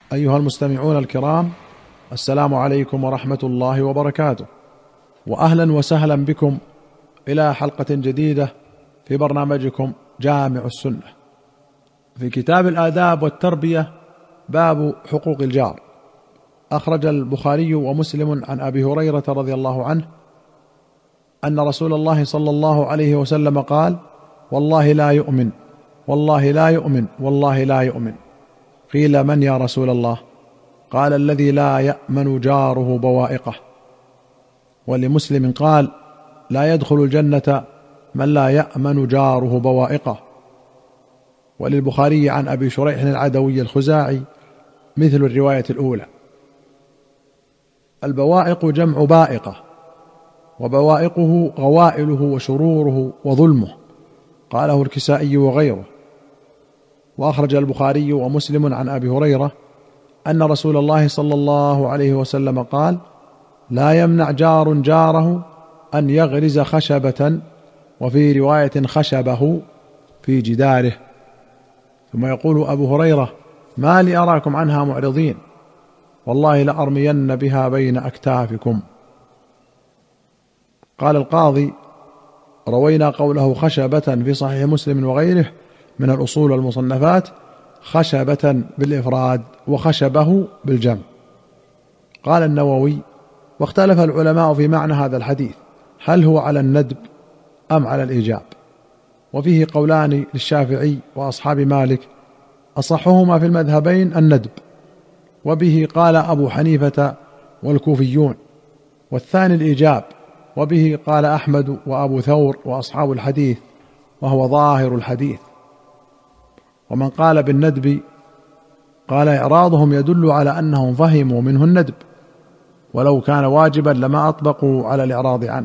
أيها المستمعون الكرام، السلام عليكم ورحمة الله وبركاته، وأهلا وسهلا بكم إلى حلقة جديدة في برنامجكم جامع السنة. في كتاب الآداب والتربية باب حقوق الجار، أخرج البخاري ومسلم عن أبي هريرة رضي الله عنه أن رسول الله صلى الله عليه وسلم قال: والله لا يؤمن، والله لا يؤمن، والله لا يؤمن. قيل: من يا رسول الله؟ قال: الذي لا يأمن جاره بوائقه. ولمسلم قال: لا يدخل الجنة من لا يأمن جاره بوائقه. وللبخاري عن أبي شريح العدوي الخزاعي مثل الرواية الأولى. البوائق جمع بائقة، وبوائقه غوائله وشروره وظلمه، قاله الكسائي وغيره. وأخرج البخاري ومسلم عن أبي هريرة أن رسول الله صلى الله عليه وسلم قال: لا يمنع جار جاره أن يغرز خشبة، وفي رواية خشبه، في جداره. ثم يقول أبو هريرة: ما لي أراكم عنها معرضين، والله لأرمين بها بين أكتافكم. قال القاضي: روينا قوله خشبة في صحيح مسلم وغيره من الأصول والمصنفات خشبة بالإفراد وخشبه بالجمع. قال النووي: واختلف العلماء في معنى هذا الحديث، هل هو على الندب أم على الإيجاب؟ وفيه قولان للشافعي وأصحاب مالك، أصحهما في المذهبين الندب، وبه قال أبو حنيفة والكوفيون، والثاني الإيجاب، وبه قال أحمد وأبو ثور وأصحاب الحديث، وهو ظاهر الحديث. ومن قال بالندب قال إعراضهم يدل على أنهم فهموا منه الندب، ولو كان واجبا لما أطبقوا على الإعراض عنه.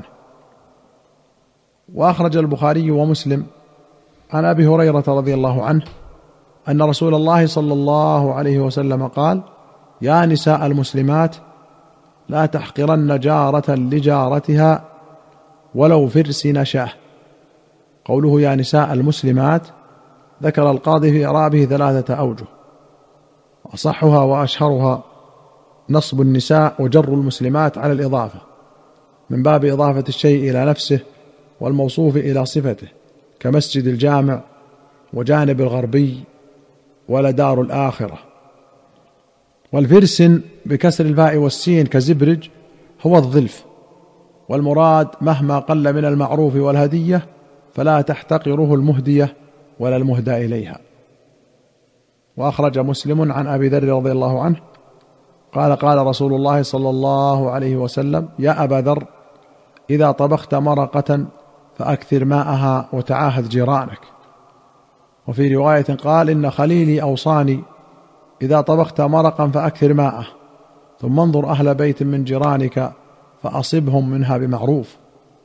وأخرج البخاري ومسلم عن أبي هريرة رضي الله عنه أن رسول الله صلى الله عليه وسلم قال: يا نساء المسلمات، لا تحقرن جارة لجارتها ولو فرس نشاه. قوله يا نساء المسلمات ذكر القاضي في إعرابه 3 أوجه، أصحها وأشهرها نصب النساء وجر المسلمات على الإضافة، من باب إضافة الشيء إلى نفسه والموصوف إلى صفته، كمسجد الجامع وجانب الغربي ولدار الآخرة. والفرس بكسر الفاء والسين كزبرج هو الظلف، والمراد مهما قل من المعروف والهدية فلا تحتقره المهدية ولا المهدى إليها. وأخرج مسلم عن أبي ذر رضي الله عنه قال: قال رسول الله صلى الله عليه وسلم: يا أبا ذر، إذا طبخت مرقة فأكثر ماءها وتعاهد جيرانك. وفي رواية قال: إن خليلي أوصاني إذا طبخت مرقا فأكثر ماءه، ثم انظر أهل بيت من جيرانك فأصبهم منها بمعروف.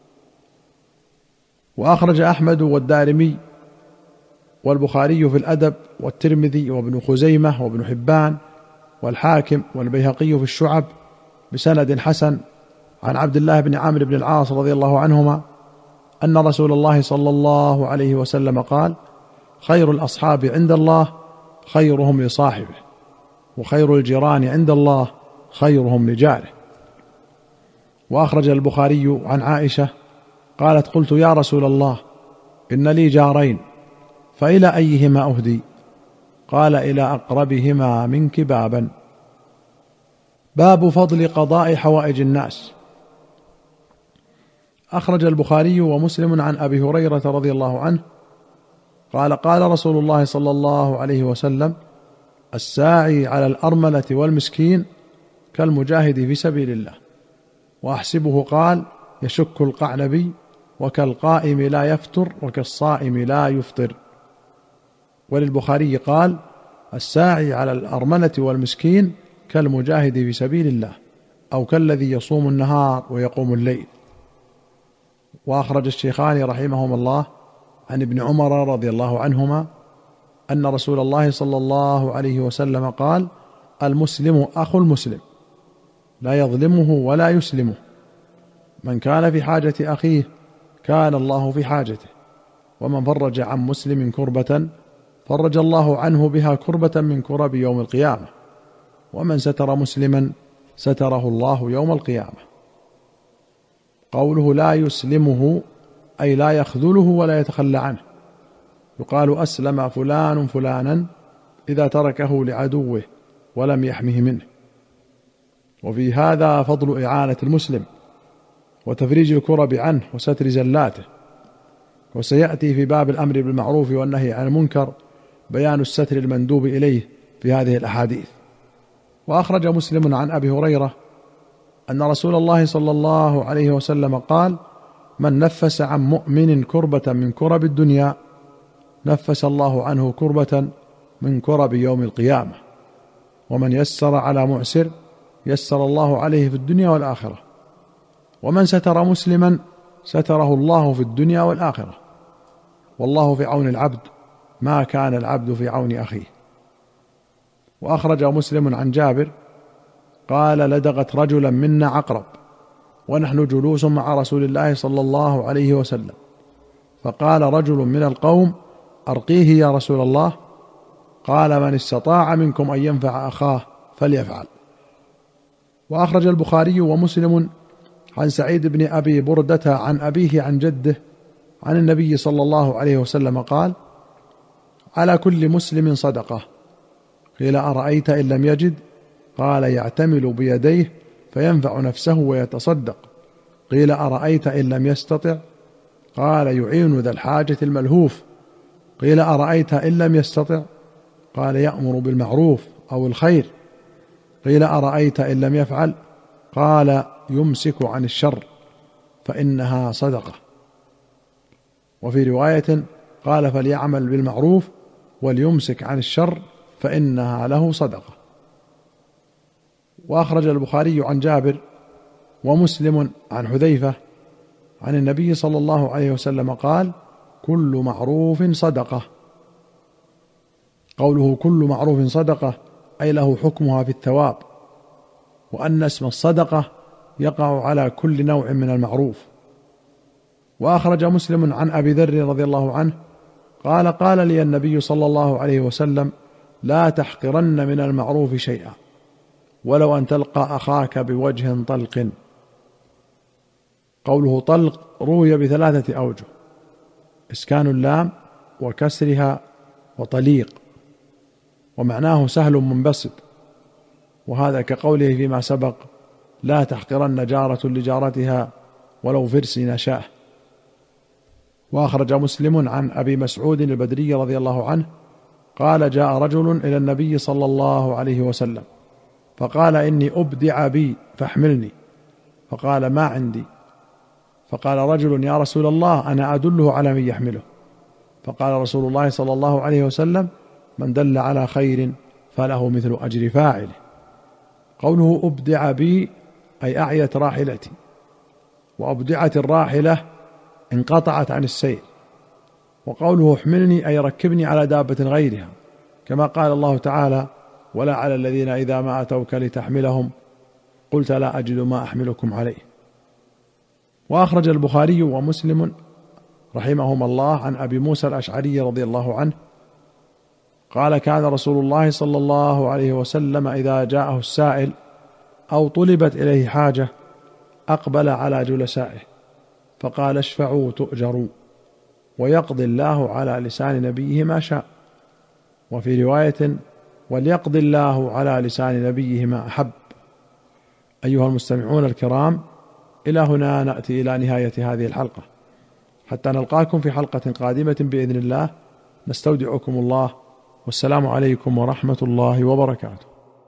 وأخرج أحمد والدارمي والبخاري في الأدب، والترمذي وابن خزيمة وابن حبان والحاكم والبيهقي في الشعب بسند حسن عن عبد الله بن عمرو بن العاص رضي الله عنهما أن رسول الله صلى الله عليه وسلم قال: خير الأصحاب عند الله خيرهم لصاحبه، وخير الجيران عند الله خيرهم لجاره. وأخرج البخاري عن عائشة قالت: قلت يا رسول الله، إن لي جارين، فإلى أيهما أهدي؟ قال: إلى أقربهما منك بابا. باب فضل قضاء حوائج الناس. أخرج البخاري ومسلم عن أبي هريرة رضي الله عنه قال: قال رسول الله صلى الله عليه وسلم: الساعي على الأرملة والمسكين كالمجاهد في سبيل الله. وأحسبه قال: يشك القعنبي، وكالقائم لا يفتر، وكالصائم لا يفطر. وللبخاري قال: الساعي على الأرملة والمسكين كالمجاهد في سبيل الله، أو كالذي يصوم النهار ويقوم الليل. وأخرج الشيخان رحمهما الله عن ابن عمر رضي الله عنهما أن رسول الله صلى الله عليه وسلم قال: المسلم أخو المسلم، لا يظلمه ولا يسلمه، من كان في حاجة أخيه كان الله في حاجته، ومن فرج عن مسلم كربة فرج الله عنه بها كربة من كرب يوم القيامة. ومن ستر مسلما ستره الله يوم القيامة. قوله لا يسلمه أي لا يخذله ولا يتخلى عنه. يقال أسلم فلان فلانا إذا تركه لعدوه ولم يحمه منه. وفي هذا فضل إعانة المسلم وتفريج الكرب عنه وستر زلاته. وسيأتي في باب الأمر بالمعروف والنهي عن المنكر بيان الستر المندوب إليه في هذه الأحاديث. وأخرج مسلم عن أبي هريرة أن رسول الله صلى الله عليه وسلم قال: من نفس عن مؤمن كربة من كرب الدنيا نفس الله عنه كربة من كرب يوم القيامة. ومن يسر على معسر يسر الله عليه في الدنيا والآخرة. ومن ستر مسلما ستره الله في الدنيا والآخرة. والله في عون العبد ما كان العبد في عون أخيه. وأخرج مسلم عن جابر قال: لدغت رجلا منا عقرب ونحن جلوس مع رسول الله صلى الله عليه وسلم، فقال رجل من القوم: أرقيه يا رسول الله. قال: من استطاع منكم أن ينفع أخاه فليفعل. وأخرج البخاري ومسلم عن سعيد بن أبي بردة عن أبيه عن جده عن النبي صلى الله عليه وسلم قال: على كل مسلم صدقة. قيل: أرأيت إن لم يجد؟ قال: يعتمل بيديه فينفع نفسه ويتصدق. قيل: أرأيت إن لم يستطع؟ قال: يعين ذا الحاجة الملهوف. قيل: أرأيت إن لم يستطع؟ قال: يأمر بالمعروف أو الخير. قيل: أرأيت إن لم يفعل؟ قال: يمسك عن الشر فإنها صدقة. وفي رواية قال: فليعمل بالمعروف وليمسك عن الشر فإنها له صدقة. وأخرج البخاري عن جابر ومسلم عن حذيفة عن النبي صلى الله عليه وسلم قال: كل معروف صدقة. قوله كل معروف صدقة أي له حكمها في الثواب، وأن اسم الصدقة يقع على كل نوع من المعروف. وأخرج مسلم عن أبي ذر رضي الله عنه قال: قال لي النبي صلى الله عليه وسلم: لا تحقرن من المعروف شيئا ولو أن تلقى أخاك بوجه طلق. قوله طلق روي بثلاثة أوجه: إسكان اللام وكسرها وطليق، ومعناه سهل منبسط، وهذا كقوله فيما سبق: لا تحقرن جارة لجارتها ولو فرس نشاه. وأخرج مسلم عن أبي مسعود البدري رضي الله عنه قال: جاء رجل إلى النبي صلى الله عليه وسلم فقال: إني أبدع بي فاحملني. فقال: ما عندي. فقال رجل: يا رسول الله أنا أدله على من يحمله. فقال رسول الله صلى الله عليه وسلم: من دل على خير فله مثل أجر فاعله. قوله أبدع بي أي أعيت راحلتي، وأبدعت الراحلة انقطعت عن السير. وقوله احملني أي ركبني على دابة غيرها، كما قال الله تعالى: ولا على الذين إذا ما أتوك لتحملهم قلت لا أجد ما أحملكم عليه. وأخرج البخاري ومسلم رحمهما الله عن أبي موسى الأشعري رضي الله عنه قال: كان رسول الله صلى الله عليه وسلم إذا جاءه السائل أو طلبت إليه حاجة أقبل على جلسائه فقال: اشفعوا تؤجروا، ويقضي الله على لسان نبيه ما شاء. وفي رواية: وليقضي الله على لسان نبيه ما أحب. أيها المستمعون الكرام، إلى هنا نأتي إلى نهاية هذه الحلقة، حتى نلقاكم في حلقة قادمة بإذن الله. نستودعكم الله، والسلام عليكم ورحمة الله وبركاته.